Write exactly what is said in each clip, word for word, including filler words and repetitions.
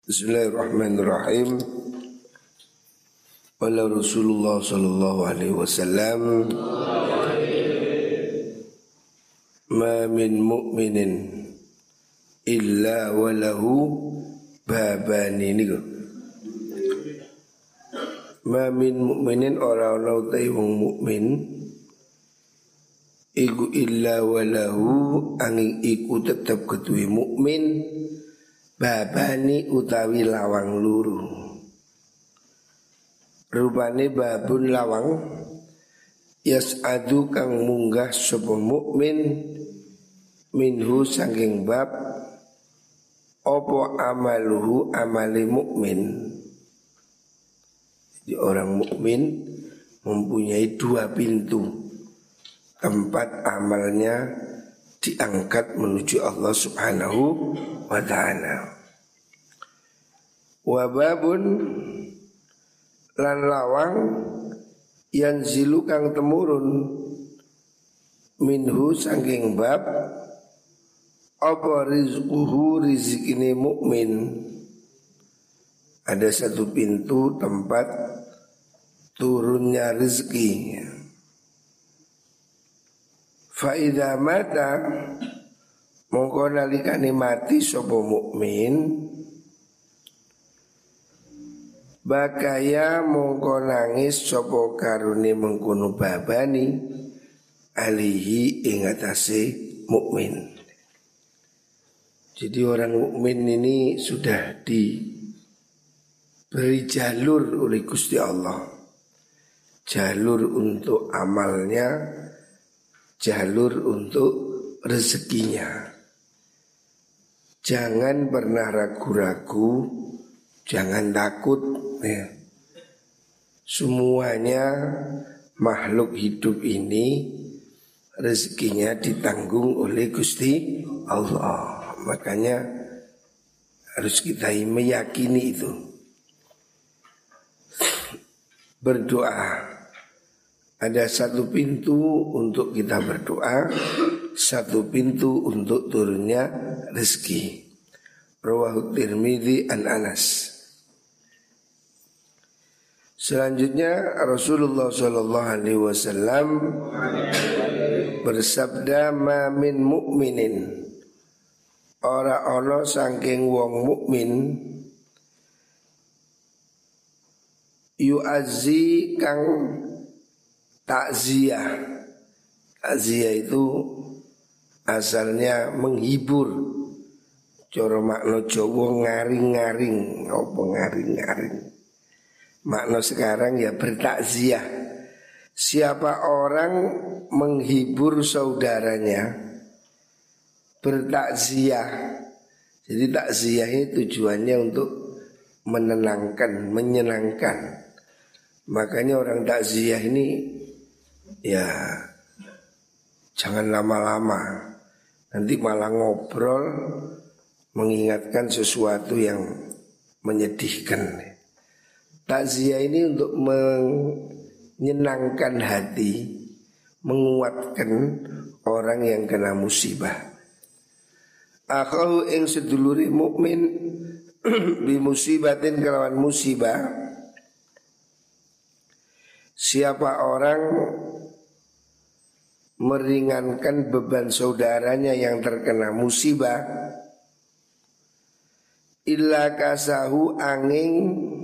Bismillahirrahmanirrahim. Wala Rasulullah sallallahu alaihi wasallam ma min mu'minin illa walahu babani niku. Ma min mu'minin ora ana utai wong mukmin iku illa walahu angin iku tetep ketuwe mukmin babani utawi lawang luru. Rupane babun lawang yas'adu kang munggah sapa mukmin minhu saking bab apa amaluhu amali mukmin. Jadi orang mukmin mempunyai dua pintu tempat amalnya diangkat menuju Allah Subhanahu wa ta'ala. Wa babun lan lawang yanzilu kang temurun minhu saking bab apa rizquhu rizkine mukmin. Ada satu pintu tempat turunnya rezeki. Fa idza mata mongko nalikane mati sapa mukmin bakaya mongko nangis sapa karune mengkono babani alihi ing atase mukmin. Jadi orang mukmin ini sudah diberi jalur oleh Gusti Allah, jalur untuk amalnya, jalur untuk rezekinya. Jangan pernah ragu-ragu, jangan takut ya. Semuanya makhluk hidup ini rezekinya ditanggung oleh Gusti Allah. Makanya harus kita meyakini itu. Berdoa. Ada satu pintu untuk kita berdoa, satu pintu untuk turunnya rezeki. Rawahu Tirmidzi an Anas. Selanjutnya Rasulullah sallallahu alaihi wasallam bersabda, ma min mukminin, ora ana saking wong mukmin yu'azzi kang takziah. Takziah itu asalnya menghibur. Cara makna Jawa ngaring-ngaring. Apa ngaring-ngaring? Makna sekarang ya bertakziah. Siapa orang menghibur saudaranya, bertakziah. Jadi takziah ini tujuannya untuk menenangkan, menyenangkan. Makanya orang takziah ini ya jangan lama-lama, nanti malah ngobrol mengingatkan sesuatu yang menyedihkan. Takziah ini untuk menyenangkan hati, menguatkan orang yang kena musibah. Akhahu ing seduluri mukmin bi musibatin kelawan musibah. Siapa orang meringankan beban saudaranya yang terkena musibah, illa kasahu angin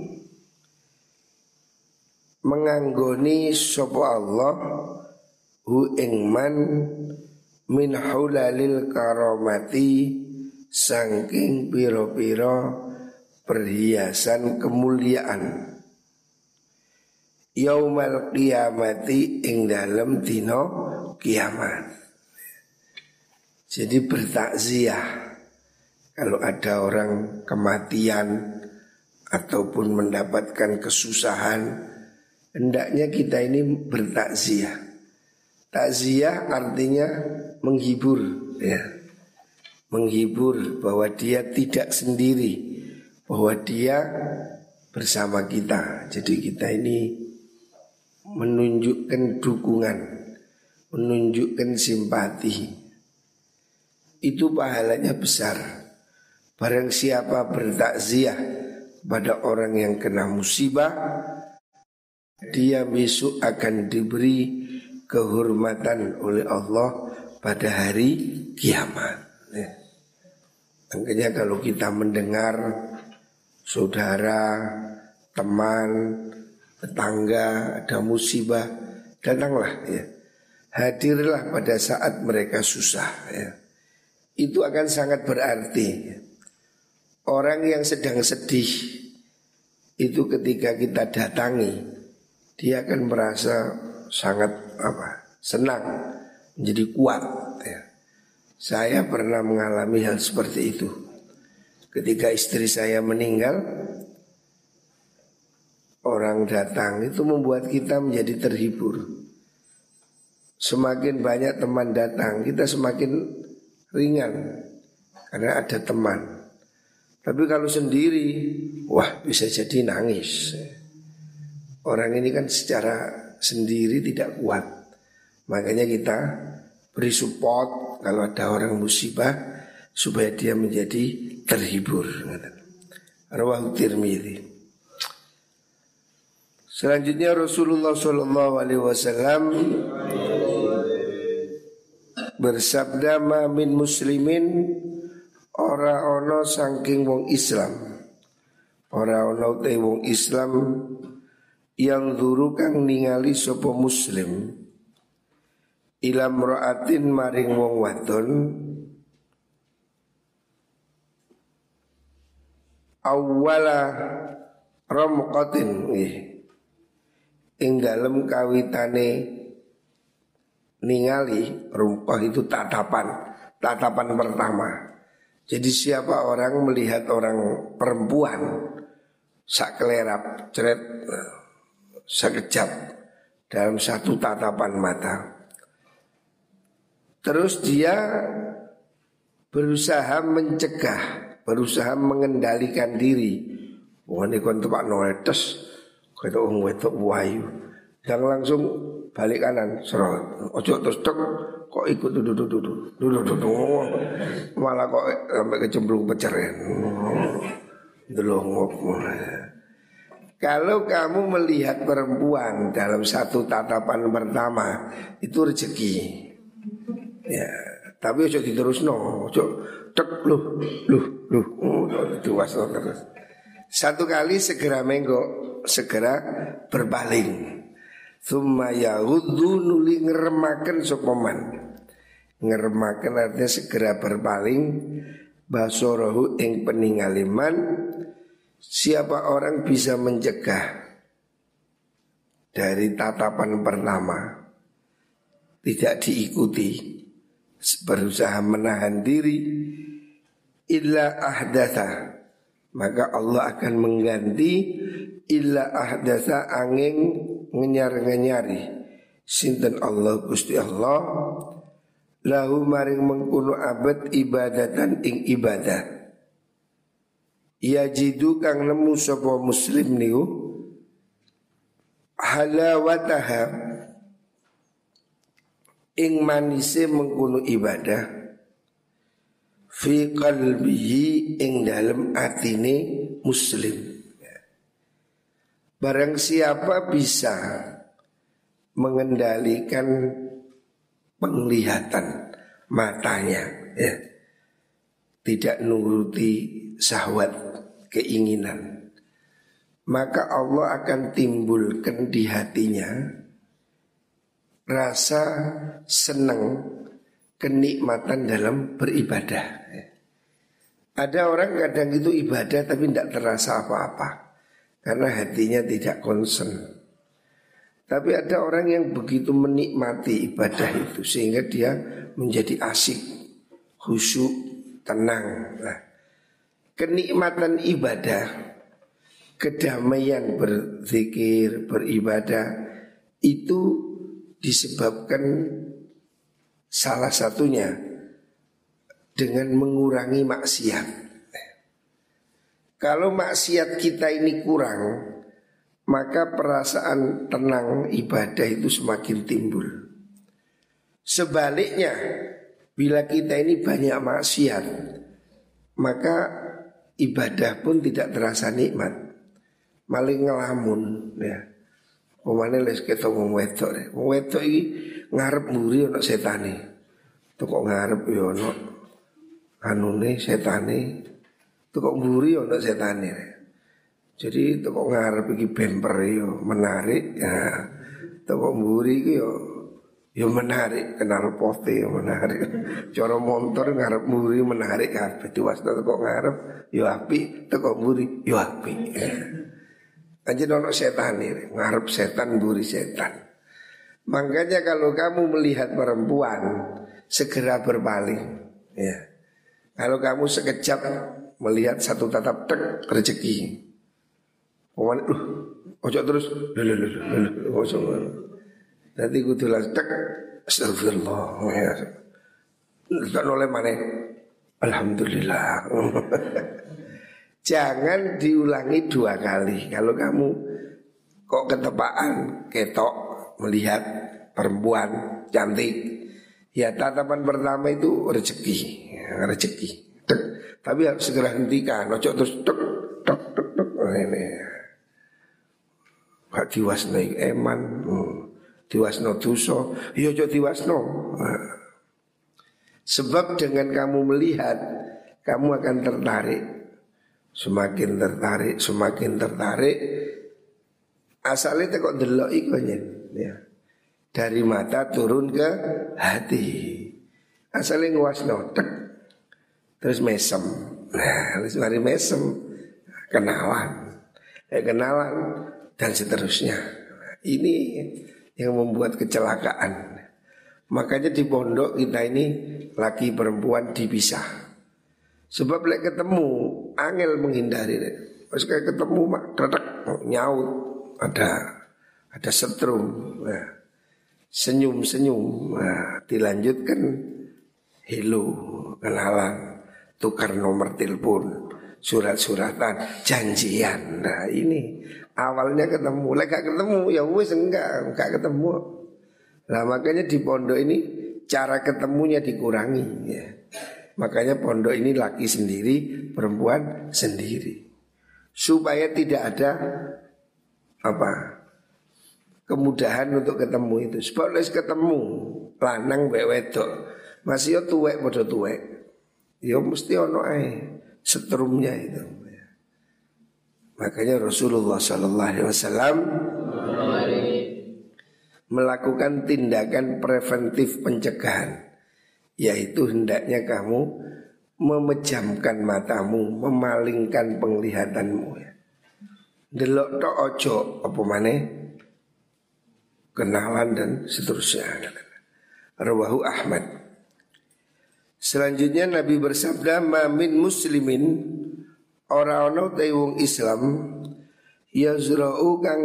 menganggoni sapa Allah hu ingman min hulalil karamati saking piro-piro perhiasan kemuliaan yaumal qiyamati ing dalem dina kiamat. Jadi bertakziah kalau ada orang kematian ataupun mendapatkan kesusahan, hendaknya kita ini bertakziah. Takziah artinya menghibur ya. Menghibur bahwa dia tidak sendiri, bahwa dia bersama kita. Jadi kita ini menunjukkan dukungan, menunjukkan simpati. Itu pahalanya besar. Barang siapa bertakziah pada orang yang kena musibah, dia besok akan diberi kehormatan oleh Allah pada hari kiamat. Ya. Makanya kalau kita mendengar saudara, teman, tetangga ada musibah, datanglah ya. Hadirlah pada saat mereka susah ya. Itu akan sangat berarti ya. Orang yang sedang sedih itu ketika kita datangi, dia akan merasa sangat apa? Senang, menjadi kuat ya. Saya pernah mengalami hal seperti itu. Ketika istri saya meninggal, orang datang itu membuat kita menjadi terhibur. Semakin banyak teman datang, kita semakin ringan karena ada teman. Tapi kalau sendiri, wah bisa jadi nangis. Orang ini kan secara sendiri tidak kuat. Makanya kita beri support kalau ada orang musibah supaya dia menjadi terhibur. Rawahu Tirmidzi. Selanjutnya Rasulullah shallallahu alaihi wasallam bersabda, ma min muslimin, ora ono saking wong Islam, ora ono te wong Islam yang duru kang ningali sapa muslim ila mraatin maring wong wadon awwala ramqatin nggih ing dalem kawitane ningali. Rumpah itu tatapan, tatapan pertama. Jadi siapa orang melihat orang perempuan sakelerap, ceret, sekejap dalam satu tatapan mata, terus dia berusaha mencegah, berusaha mengendalikan diri. Wah ini kon tepak noetes, kata orang wetok wayu, dan langsung balik kanan, serot. Ojo terus tek, kok ikut duduk duduk duduk duduk duduk, malah kok sampai kecemplung peceren. Delongok. Kalau kamu melihat perempuan dalam satu tatapan pertama, itu rezeki. Ya, tapi ojo diterusno, ojo tek luh luh luh, itu wasno terus. Satu kali segera menggok, segera berpaling. Tsumma yahuddu nuli ngeremaken sopaman. Ngeremaken artinya segera berpaling. Basorohu ing peningaliman. Siapa orang bisa mencegah dari tatapan pertama, tidak diikuti, berusaha menahan diri, illa ahdatha, maka Allah akan mengganti illa ahdatha angin ngenyar-ngenyari sinten Allah Gusti Allah lahu maring mengkuno abad ibadatan ing ibadah yajidu kang nemu sapa muslim niku halawataha ing manise mengkuno ibadah fi qalbihi ing dalem atine muslim. Barang siapa bisa mengendalikan penglihatan matanya ya, tidak nuruti syahwat keinginan, maka Allah akan timbulkan di hatinya rasa senang, kenikmatan dalam beribadah. Ada orang kadang itu ibadah tapi tidak terasa apa-apa karena hatinya tidak concern. Tapi ada orang yang begitu menikmati ibadah itu sehingga dia menjadi asik, khusyuk, tenang. Nah, kenikmatan ibadah, kedamaian berzikir, beribadah itu disebabkan salah satunya dengan mengurangi maksiat. Kalau maksiat kita ini kurang, maka perasaan tenang ibadah itu semakin timbul. Sebaliknya, bila kita ini banyak maksiat, maka ibadah pun tidak terasa nikmat, malah ngelamun ya. Pemane les ketok wong wedok, wong wedok iki ngarep mburi ana setane. Kok ngarep yo ono anune setane, tuh kok mburi ono setane. Jadi tuh kok ngarep iki bemper yo menarik, ya. Tuh kok mburi iki yo yo menarik, kenal pote yo menarik. Cara motor ngarep mburi menarik kabeh. Diwasta tuh kok ngarep yo apik, tuh kok mburi yo apik. Anjir ono setane, ngarep setan mburi setan. Makanya kalau kamu melihat perempuan, segera berpaling ya. Kalau kamu sekejap melihat satu tatap tek rezeki. Pokoknya uh, ojo terus lho lho lho ojo. Nanti kudu las tek astagfirullah ya. Tak noleh mana. Alhamdulillah. Jangan diulangi dua kali. Kalau kamu kok ketepaan ketok melihat perempuan cantik, ya tatapan pertama itu rezeki, ya, rezeki. Tek. Tapi harus segera hentikan. Ojo terus tek tek tek tek. Oh, ini. Gak diwasno eman, hmm. diwasno dosa, ya ojo diwasno. Nah. Sebab dengan kamu melihat, kamu akan tertarik. Semakin tertarik, semakin tertarik. Asalnya kok delok iku ya. Dari mata turun ke hati. Asalnya nguasno tek. Terus mesem. Nah, terus mari mesem. Kenalan. Eh, kenalan dan seterusnya. Ini yang membuat kecelakaan. Makanya di pondok kita ini laki perempuan dipisah. Sebab lek ketemu angel menghindari. Pas kayak ketemu mak tretek nyaut, ada ada setrum. Nah, senyum-senyum. Nah, dilanjutkan hello, kenalan, tukar nomor telepon, surat-suratan, janjian. Nah, ini awalnya ketemu, lek gak ketemu ya wis enggak, enggak ketemu. Nah, makanya di pondok ini cara ketemunya dikurangi ya. Makanya pondok ini laki sendiri, perempuan sendiri. Supaya tidak ada apa kemudahan untuk ketemu itu. Sebab les ketemu lanang mbek wedok, masih yo tuwek padha tuwek. Yo mesti ono ae setrumnya itu. Makanya Rasulullah sallallahu alaihi wasallam melakukan tindakan preventif pencegahan, yaitu hendaknya kamu memejamkan matamu, memalingkan penglihatanmu ya. Delok tok ojo apa maneh kenalan dan seterusnya. Rawahu Ahmad. Selanjutnya Nabi bersabda, "Ma min muslimin ora ana te wong Islam yazra'u kang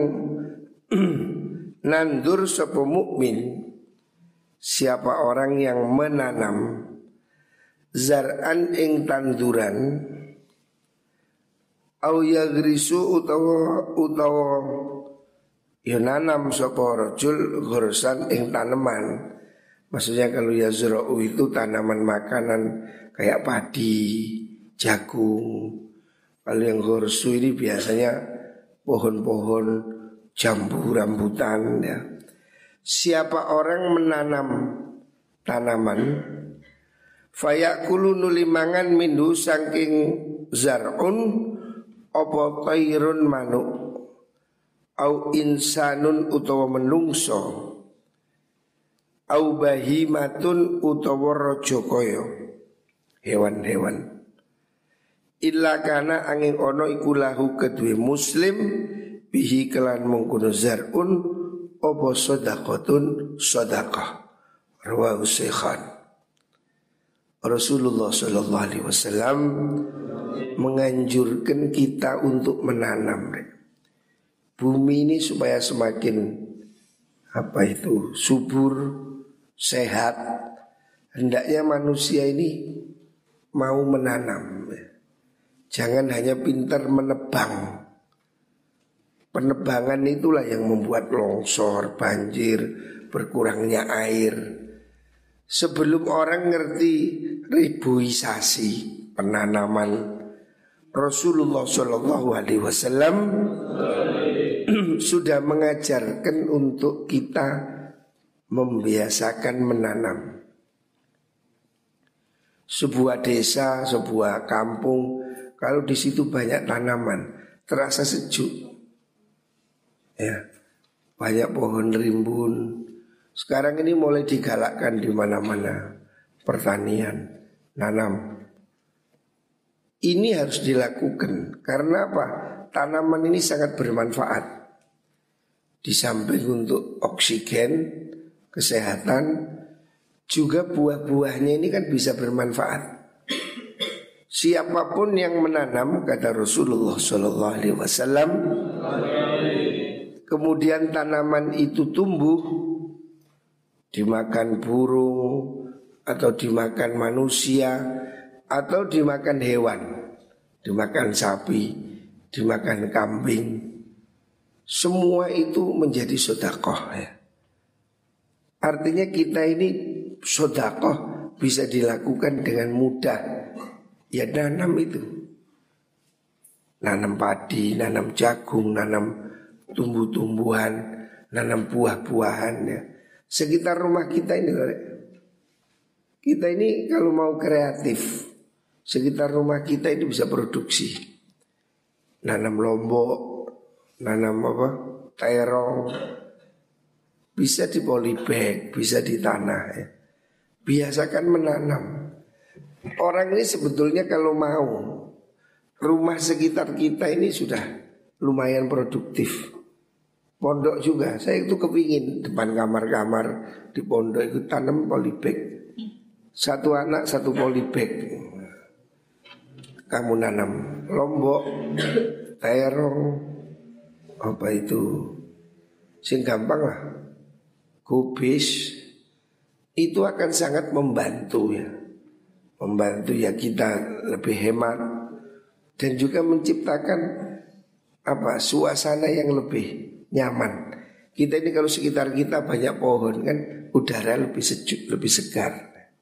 nandur sapa mukmin." Siapa orang yang menanam zar'an ing tanduran, au yagrisu utawa utawa ya nanam sapa rajul ghursan ing tanaman. Maksudnya kalau yazra'u itu tanaman makanan kayak padi, jagung. Kalau yang ghursu ini biasanya pohon-pohon jambu rambutan ya. Siapa orang menanam tanaman, fayakulu nulimangan mindu saking zar'un apa tairun manuk, au insanun utawa menungso, au bahimatun utawa raja kaya, hewan-hewan. Illa kana angin ono iku lahu kedue muslim bihi kelan mengkono zar'un apa sadaqatun sadaqah. Rawahu Shaykhan. Rasulullah sallallahu alaihi wasallam menganjurkan kita untuk menanam bumi ini supaya semakin apa itu subur, sehat. Hendaknya manusia ini mau menanam. Jangan hanya pintar menebang. Penebangan itulah yang membuat longsor, banjir, berkurangnya air. Sebelum orang ngerti ribuisasi penanaman, Rasulullah Shallallahu Alaihi Wasallam sudah mengajarkan untuk kita membiasakan menanam. Sebuah desa, sebuah kampung, kalau di situ banyak tanaman, terasa sejuk. Ya, banyak pohon rimbun. Sekarang ini mulai digalakkan di mana-mana pertanian, nanam. Ini harus dilakukan karena apa? Tanaman ini sangat bermanfaat. Di samping untuk oksigen, kesehatan, juga buah-buahnya ini kan bisa bermanfaat. Siapapun yang menanam, kata Rasulullah Shallallahu Alaihi Wasallam, kemudian tanaman itu tumbuh, dimakan burung atau dimakan manusia atau dimakan hewan, dimakan sapi, dimakan kambing, semua itu menjadi sedekah ya. Artinya kita ini sedekah bisa dilakukan dengan mudah. Ya nanam itu, nanam padi, nanam jagung, nanam tumbuh-tumbuhan, nanam buah-buahan ya. Sekitar rumah kita ini, kita ini kalau mau kreatif, sekitar rumah kita ini bisa produksi. Nanam lombok, nanam apa? Terong, bisa di polybag, bisa di tanah ya. Biasakan menanam. Orang ini sebetulnya kalau mau, rumah sekitar kita ini sudah lumayan produktif. Pondok juga, saya itu kepingin depan kamar-kamar di pondok itu tanam polybag. Satu anak satu polybag. Kamu nanam lombok, terong, apa itu, sing gampang lah, kubis, itu akan sangat membantu ya. Membantu ya kita lebih hemat dan juga menciptakan apa suasana yang lebih nyaman. Kita ini kalau sekitar kita banyak pohon kan udara lebih sejuk, lebih segar.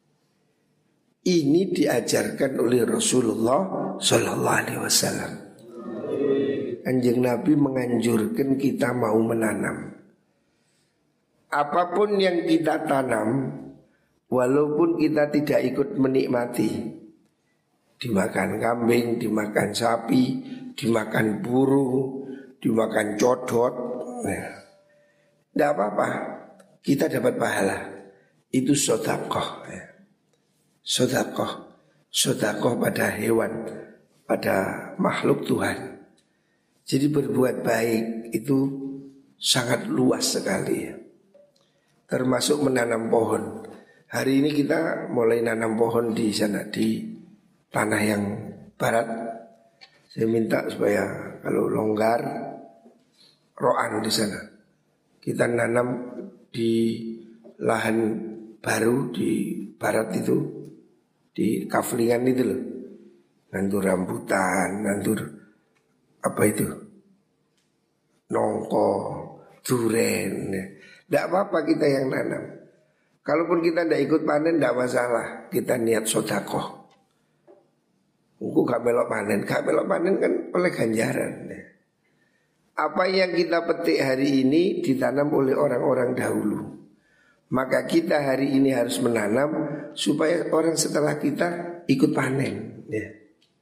Ini diajarkan oleh Rasulullah Shallallahu Alaihi Wasallam. Kanjeng Nabi menganjurkan kita mau menanam. Apapun yang kita tanam, walaupun kita tidak ikut menikmati, dimakan kambing, dimakan sapi, dimakan burung, dimakan codot, tidak nah, apa-apa, kita dapat pahala. Itu sedekah ya. Sedekah, sedekah pada hewan, pada makhluk Tuhan. Jadi berbuat baik itu sangat luas sekali ya. Termasuk menanam pohon. Hari ini kita mulai nanam pohon di sana, di tanah yang barat. Saya minta supaya kalau longgar, roan di sana. Kita nanam di lahan baru di barat itu, di Kaflingan itu loh. Nandur rambutan, nandur apa itu, nongko, duren. Tidak apa-apa kita yang nanam. Kalaupun kita tidak ikut panen tidak masalah. Kita niat sedekah. Engkau gak melok panen, gak melok panen kan oleh ganjaran. Apa yang kita petik hari ini ditanam oleh orang-orang dahulu. Maka kita hari ini harus menanam supaya orang setelah kita ikut panen. Ya.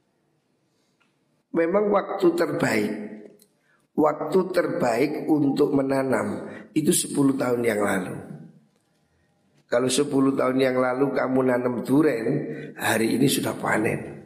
Memang waktu terbaik, waktu terbaik untuk menanam itu sepuluh tahun yang lalu. Kalau sepuluh tahun yang lalu kamu nanam duren, hari ini sudah panen.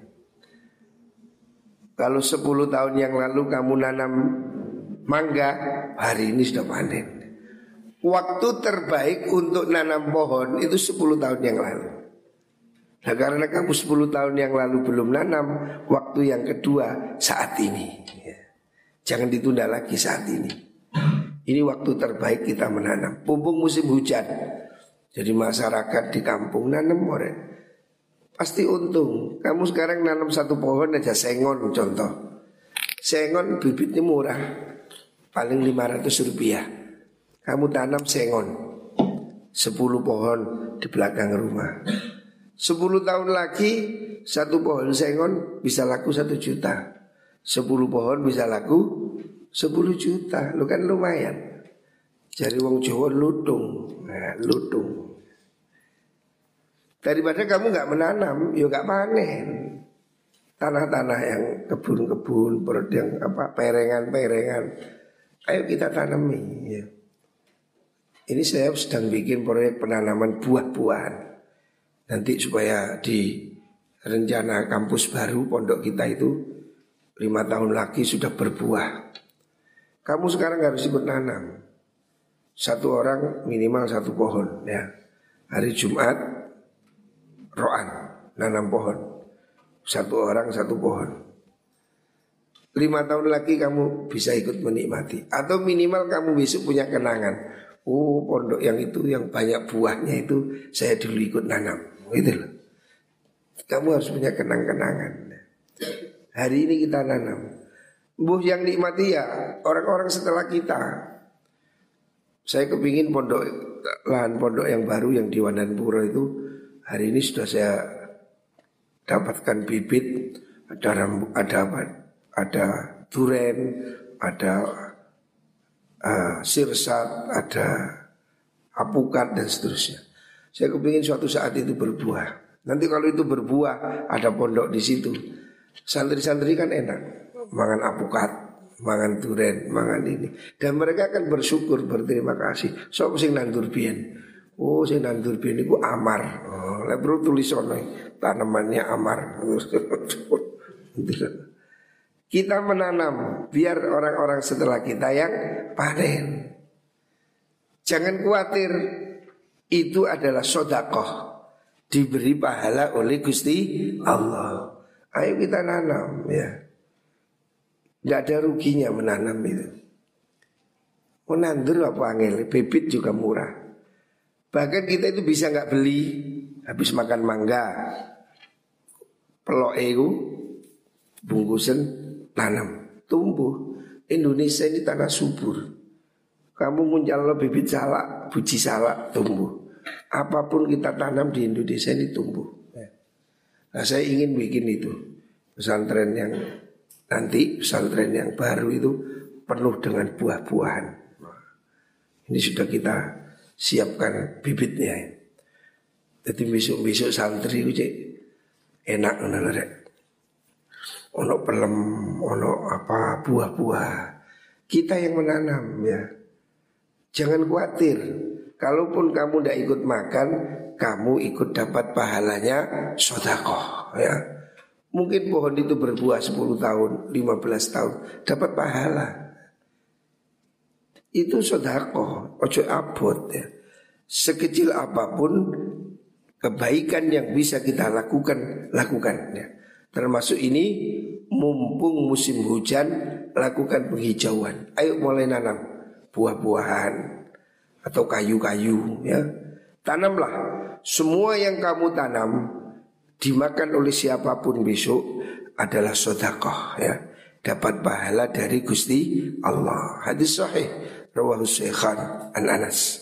Kalau sepuluh tahun yang lalu kamu nanam mangga, hari ini sudah panen. Waktu terbaik untuk nanam pohon itu sepuluh tahun yang lalu. Nah karena kamu sepuluh tahun yang lalu belum nanam, waktu yang kedua saat ini. Jangan ditunda lagi saat ini. Ini waktu terbaik kita menanam. Pumpung musim hujan. Jadi masyarakat di kampung nanam orang pasti untung. Kamu sekarang nanam satu pohon aja sengon contoh. Sengon bibitnya murah, paling lima ratus rupiah. Kamu tanam sengon sepuluh pohon di belakang rumah. Sepuluh tahun lagi satu pohon sengon bisa laku satu juta. Sepuluh pohon bisa laku sepuluh juta. Lu kan lumayan. Jadi wong Jawa lutung. Nah, lutung. Daripada kamu gak menanam, ya gak panen. Tanah-tanah yang kebun-kebun, perut yang apa perengan-perengan, ayo kita tanami ya. Ini saya sedang bikin proyek penanaman buah-buahan. Nanti supaya di rencana kampus baru pondok kita itu lima tahun lagi sudah berbuah. Kamu sekarang harus ikut nanam. Satu orang minimal satu pohon ya. Hari Jumat roan nanam pohon. Satu orang satu pohon. Lima tahun lagi kamu bisa ikut menikmati. Atau minimal kamu besok punya kenangan. Oh pondok yang itu yang banyak buahnya itu saya dulu ikut nanam. Gitu loh. Kamu harus punya kenang-kenangan. Hari ini kita nanam. Buah yang nikmati ya orang-orang setelah kita. Saya kepingin pondok lahan pondok yang baru yang di Wandanpuro itu hari ini sudah saya dapatkan bibit, ada rambu, ada apa? Ada duren, ada uh, sirsat, ada apukat dan seterusnya. Saya kepingin suatu saat itu berbuah. Nanti kalau itu berbuah, ada pondok di situ. Santri-santri kan enak, mangan apukat, mangan duren, mangan ini. Dan mereka akan bersyukur, berterima kasih. Sok sing nandur biyen. Oh, sing nandur biyen iku amar. Oh, lek bro tulis ono tanamannya amar. Kita menanam biar orang-orang setelah kita yang panen. Jangan khawatir, itu adalah sedekah, diberi pahala oleh Gusti Allah. Ayo kita nanam ya. Tidak ada ruginya menanam itu. Menandur apa angel, bibit juga murah. Bahkan kita itu bisa nggak beli. Habis makan mangga, pelok itu bungkusan tanam, tumbuh. Indonesia ini tanah subur. Kamu muncal bibit salak, buji salak tumbuh. Apapun kita tanam di Indonesia ini tumbuh. Nah saya ingin bikin itu pesantren yang nanti pesantren yang baru itu penuh dengan buah-buahan. Ini sudah kita siapkan bibitnya. Jadi besok-besok santri itu enak ngelarek. Ono pelem, ono apa buah-buah. Kita yang menanam ya. Jangan khawatir. Kalaupun kamu tidak ikut makan, kamu ikut dapat pahalanya sedekah ya. Mungkin pohon itu berbuah sepuluh tahun, lima belas tahun, dapat pahala. Itu sedekah, ojo abot ya. Sekecil apapun kebaikan yang bisa kita lakukan, lakukan ya. Termasuk ini mumpung musim hujan, lakukan penghijauan. Ayo mulai nanam buah-buahan atau kayu-kayu ya. Tanamlah semua yang kamu tanam dimakan oleh siapapun besok adalah sedekah ya. Dapat pahala dari Gusti Allah. Hadis sahih rawahu Syaikhan an Anas.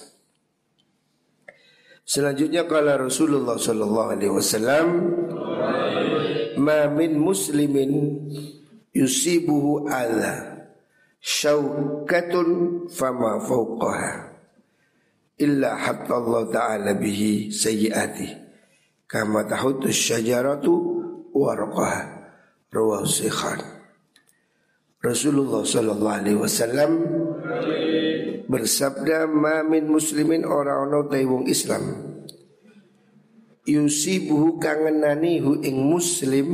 Selanjutnya kala Rasulullah sallallahu alaihi wasallam, ma min muslimin yusibuhu adha syaukatun fama fawqaha illa hatta Allah ta'ala bihi sayyiati kama tahutu syajaratu warqaha rawahu Syaikhan. Rasulullah sallallahu alaihi wasallam bersabda, ma min muslimin ora ana te wong Islam yusibuhu kangenani hu ing muslim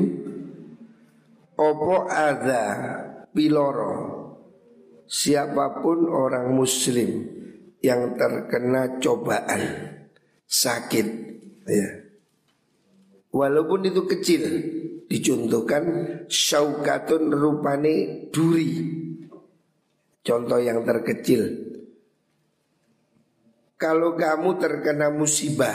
opo adza piloro, siapapun orang muslim yang terkena cobaan sakit ya. Walaupun itu kecil, dicontohkan syaukatun rupane duri. Contoh yang terkecil. Kalau kamu terkena musibah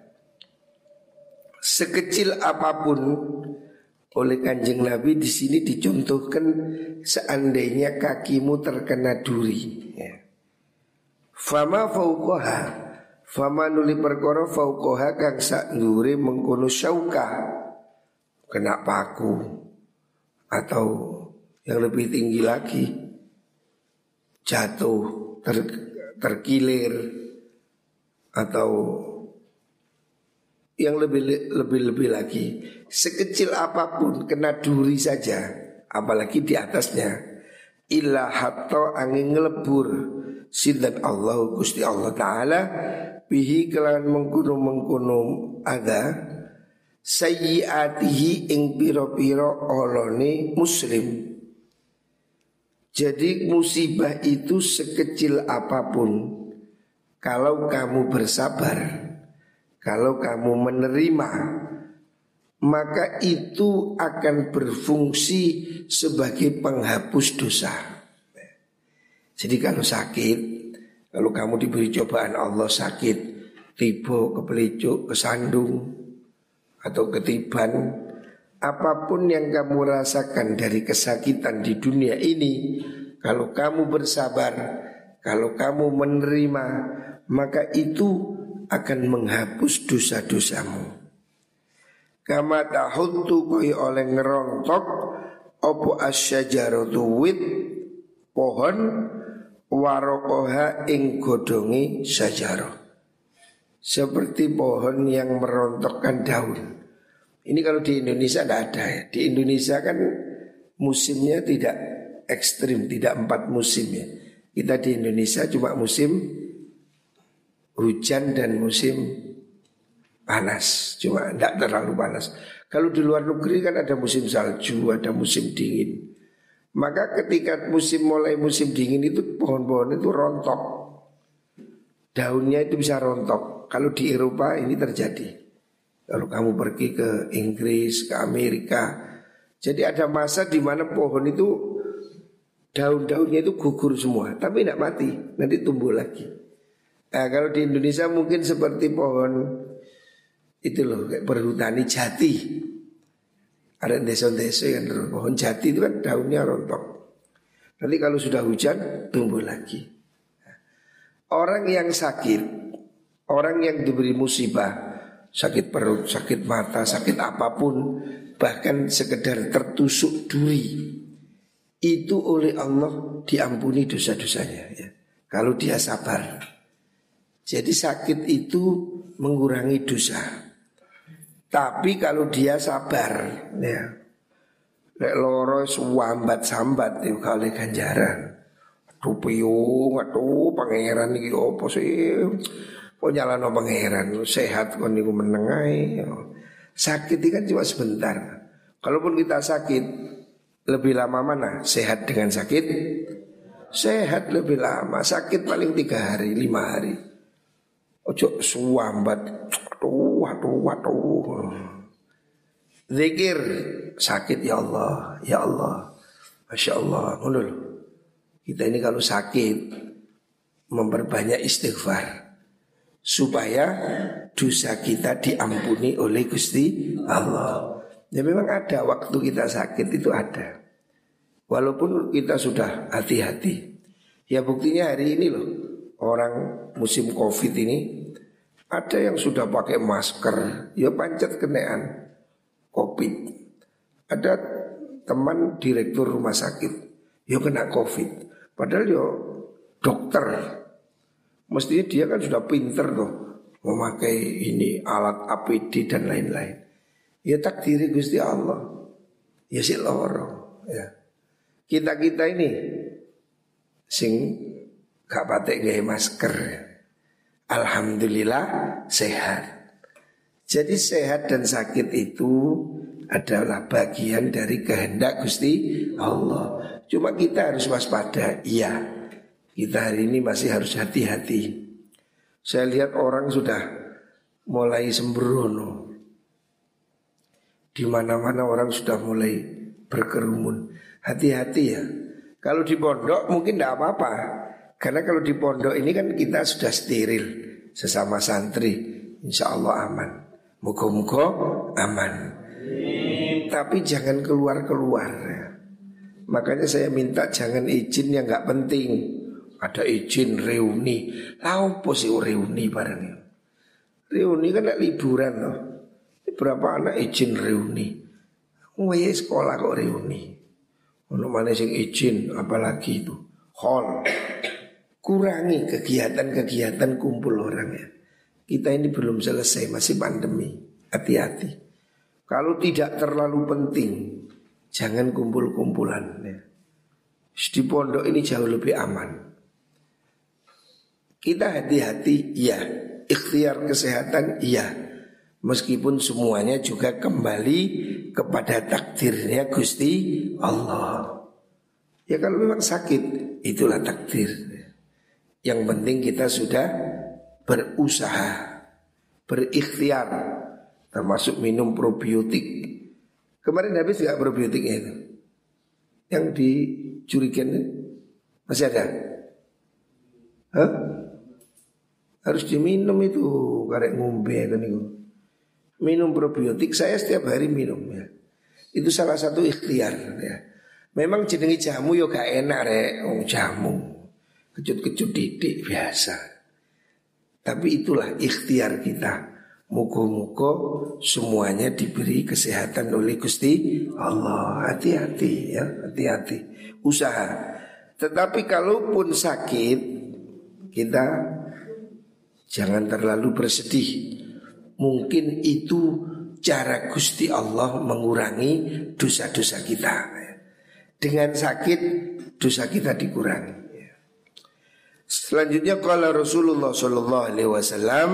sekecil apapun, oleh Kanjeng Nabi di sini dicontohkan seandainya kakimu terkena duri. Ya. Fama fauqaha, fama nuli perkara fauqaha kang sak ndure mengkono syauka, kena paku atau yang lebih tinggi lagi, jatuh, ter, terkilir, atau yang lebih lebih lebih lagi, sekecil apapun kena duri saja, apalagi di atasnya, illa hatta angin ngelebur sidat Allah Gusti Allah Ta'ala bihi kelawan mengkuno mengkuno ada sayyiatihi ing piro-piro olone muslim. Jadi musibah itu sekecil apapun, kalau kamu bersabar, kalau kamu menerima, maka itu akan berfungsi sebagai penghapus dosa. Jadi kalau sakit, kalau kamu diberi cobaan Allah sakit, tiba, kepelicuk, kesandung, atau ketiban, apapun yang kamu rasakan dari kesakitan di dunia ini, kalau kamu bersabar, kalau kamu menerima, maka itu akan menghapus dosa-dosamu. Kama tahuttu koi oleh ngerontok opo asyajaratu wit pohon warokoha ing godongi syajarah, seperti pohon yang merontokkan daun. Ini kalau di Indonesia tidak ada ya. Di Indonesia kan musimnya tidak ekstrim, tidak empat musim ya. Kita di Indonesia cuma musim hujan dan musim panas, cuma tidak terlalu panas. Kalau di luar negeri kan ada musim salju, ada musim dingin. Maka ketika musim mulai musim dingin itu pohon-pohon itu rontok, daunnya itu bisa rontok. Kalau di Eropa ini terjadi. Kalau kamu pergi ke Inggris, ke Amerika, jadi ada masa di mana pohon itu daun-daunnya itu gugur semua, tapi tidak mati, nanti tumbuh lagi. Nah, kalau di Indonesia mungkin seperti pohon itu loh, kayak perhutani jati. Ada desa-desa yang pohon jati itu kan daunnya rontok. Nanti kalau sudah hujan tumbuh lagi. Orang yang sakit, orang yang diberi musibah, sakit perut, sakit mata, sakit apapun, bahkan sekedar tertusuk duri, itu oleh Allah diampuni dosa-dosanya ya, kalau dia sabar. Jadi sakit itu mengurangi dosa. Tapi kalau dia sabar ya, lek loro suambat sambat itu kali ganjaran. Aduh piyung, aduh pangeran iki opo sih? Kok nyalano pangeran, sehat kon niku meneng ae. Sakit itu kan cuma sebentar. Kalaupun kita sakit, lebih lama mana? Sehat dengan sakit? Sehat lebih lama. Sakit paling tiga hari, lima hari. Ojo suambat. Aduh, aduh, aduh. Zikir sakit ya Allah, ya Allah. Masya Allah. Ngono lho. Kita ini kalau sakit memperbanyak istighfar supaya dosa kita diampuni oleh Gusti Allah. Ya memang ada waktu kita sakit itu ada. Walaupun kita sudah hati-hati. Ya buktinya hari ini loh, orang musim Covid ini ada yang sudah pakai masker, ya pancet kenaan Covid. Ada teman direktur rumah sakit, ya kena Covid. Padahal ya dokter, mestinya dia kan sudah pinter tuh memakai ini alat A P D dan lain-lain. Ya takdiri Gusti Allah. Ya si loro ya. Kita-kita ini sing gak patek gawe masker. Alhamdulillah sehat. Jadi sehat dan sakit itu adalah bagian dari kehendak Gusti Allah. Cuma kita harus waspada. Iya, kita hari ini masih harus hati-hati. Saya lihat orang sudah mulai sembrono. Di mana-mana orang sudah mulai berkerumun. Hati-hati ya. Kalau di pondok mungkin tidak apa-apa. Karena kalau di pondok ini kan kita sudah steril sesama santri. Insya Allah aman. Moga-moga aman. Tapi jangan keluar-keluar ya. Makanya saya minta jangan izin yang gak penting. Ada izin reuni. Apa sih reuni barangnya? Reuni kan gak liburan loh. Berapa anak izin reuni? Wah sekolah kok reuni. Ono mana sing izin apalagi itu hall. Kurangi kegiatan-kegiatan kumpul orang ya. Kita ini belum selesai, masih pandemi. Hati-hati. Kalau tidak terlalu penting, jangan kumpul-kumpulan ya. Di pondok ini jauh lebih aman. Kita hati-hati, iya. Ikhtiar kesehatan, iya. Meskipun semuanya juga kembali kepada takdirnya Gusti Allah. Ya kalau memang sakit, itulah takdir. Yang penting kita sudah berusaha, berikhtiar, termasuk minum probiotik. Kemarin habis gak probiotiknya itu? Yang dicurikan masih ada? Hah? Harus diminum itu, karek ngombe kan itu. Minum probiotik, saya setiap hari minum ya. Itu salah satu ikhtiar ya. Memang jenengi jamu yo gak enak rek, oh, jamu. Kecut-kecut didik biasa. Tapi itulah ikhtiar kita. Muka-muka semuanya diberi kesehatan oleh Gusti Allah. Hati-hati ya, hati-hati. Usaha. Tetapi kalaupun sakit, kita jangan terlalu bersedih. Mungkin itu cara Gusti Allah mengurangi dosa-dosa kita. Dengan sakit dosa kita dikurangi. Selanjutnya qala Rasulullah sallallahu alaihi wasallam,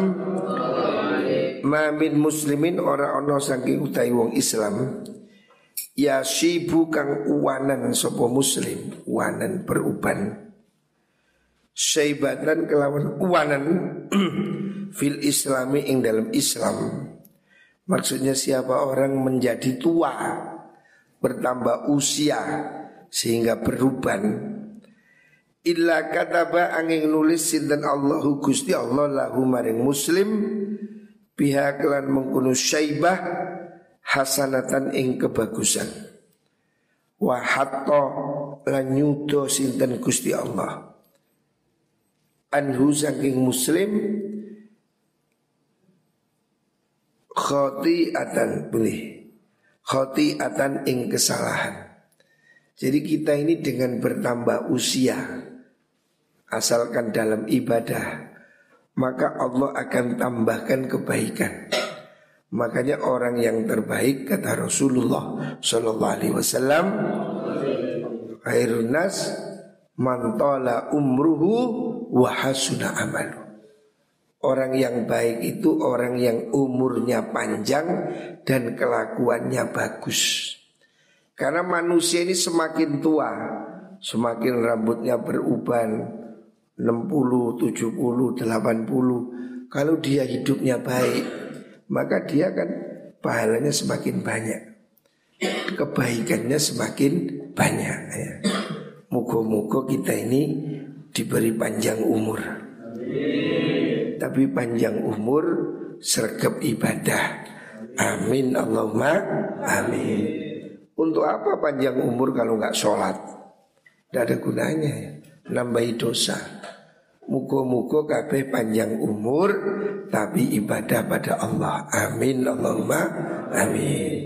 ma min muslimin ora ana saking utahe wong Islam ya syibu kang uwanan sapa muslim, uwanan beruban. Syaibatan kelawan uwanan fil islami ing dalam Islam. Maksudnya siapa orang menjadi tua, bertambah usia sehingga beruban. Illa kataba angin nulis sinten Allahu Gusti Allah lahu maring muslim pihak lan mengkono syaibah hasanatan ing kebagusan. Wa hatta lan nyudo sinten Gusti Allah anhu saking muslim khati'atan boleh khati'atan ing kesalahan. Jadi kita ini dengan bertambah usia, asalkan dalam ibadah, maka Allah akan tambahkan kebaikan. Makanya orang yang terbaik kata Rasulullah sallallahu alaihi wasallam, khairun nas man tala umruhu wa hasuna amalu. Orang yang baik itu orang yang umurnya panjang dan kelakuannya bagus. Karena manusia ini semakin tua, semakin rambutnya beruban enam puluh, tujuh puluh, delapan puluh. Kalau dia hidupnya baik, maka dia kan pahalanya semakin banyak, kebaikannya semakin banyak ya. Muka-muka kita ini diberi panjang umur. Tapi panjang umur sergap ibadah. Amin Allahumma amin. Untuk apa panjang umur kalau nggak sholat? Tidak ada gunanya ya. Nambahi dosa. Muka-muka kabeh panjang umur tapi ibadah pada Allah. Amin Allahumma amin.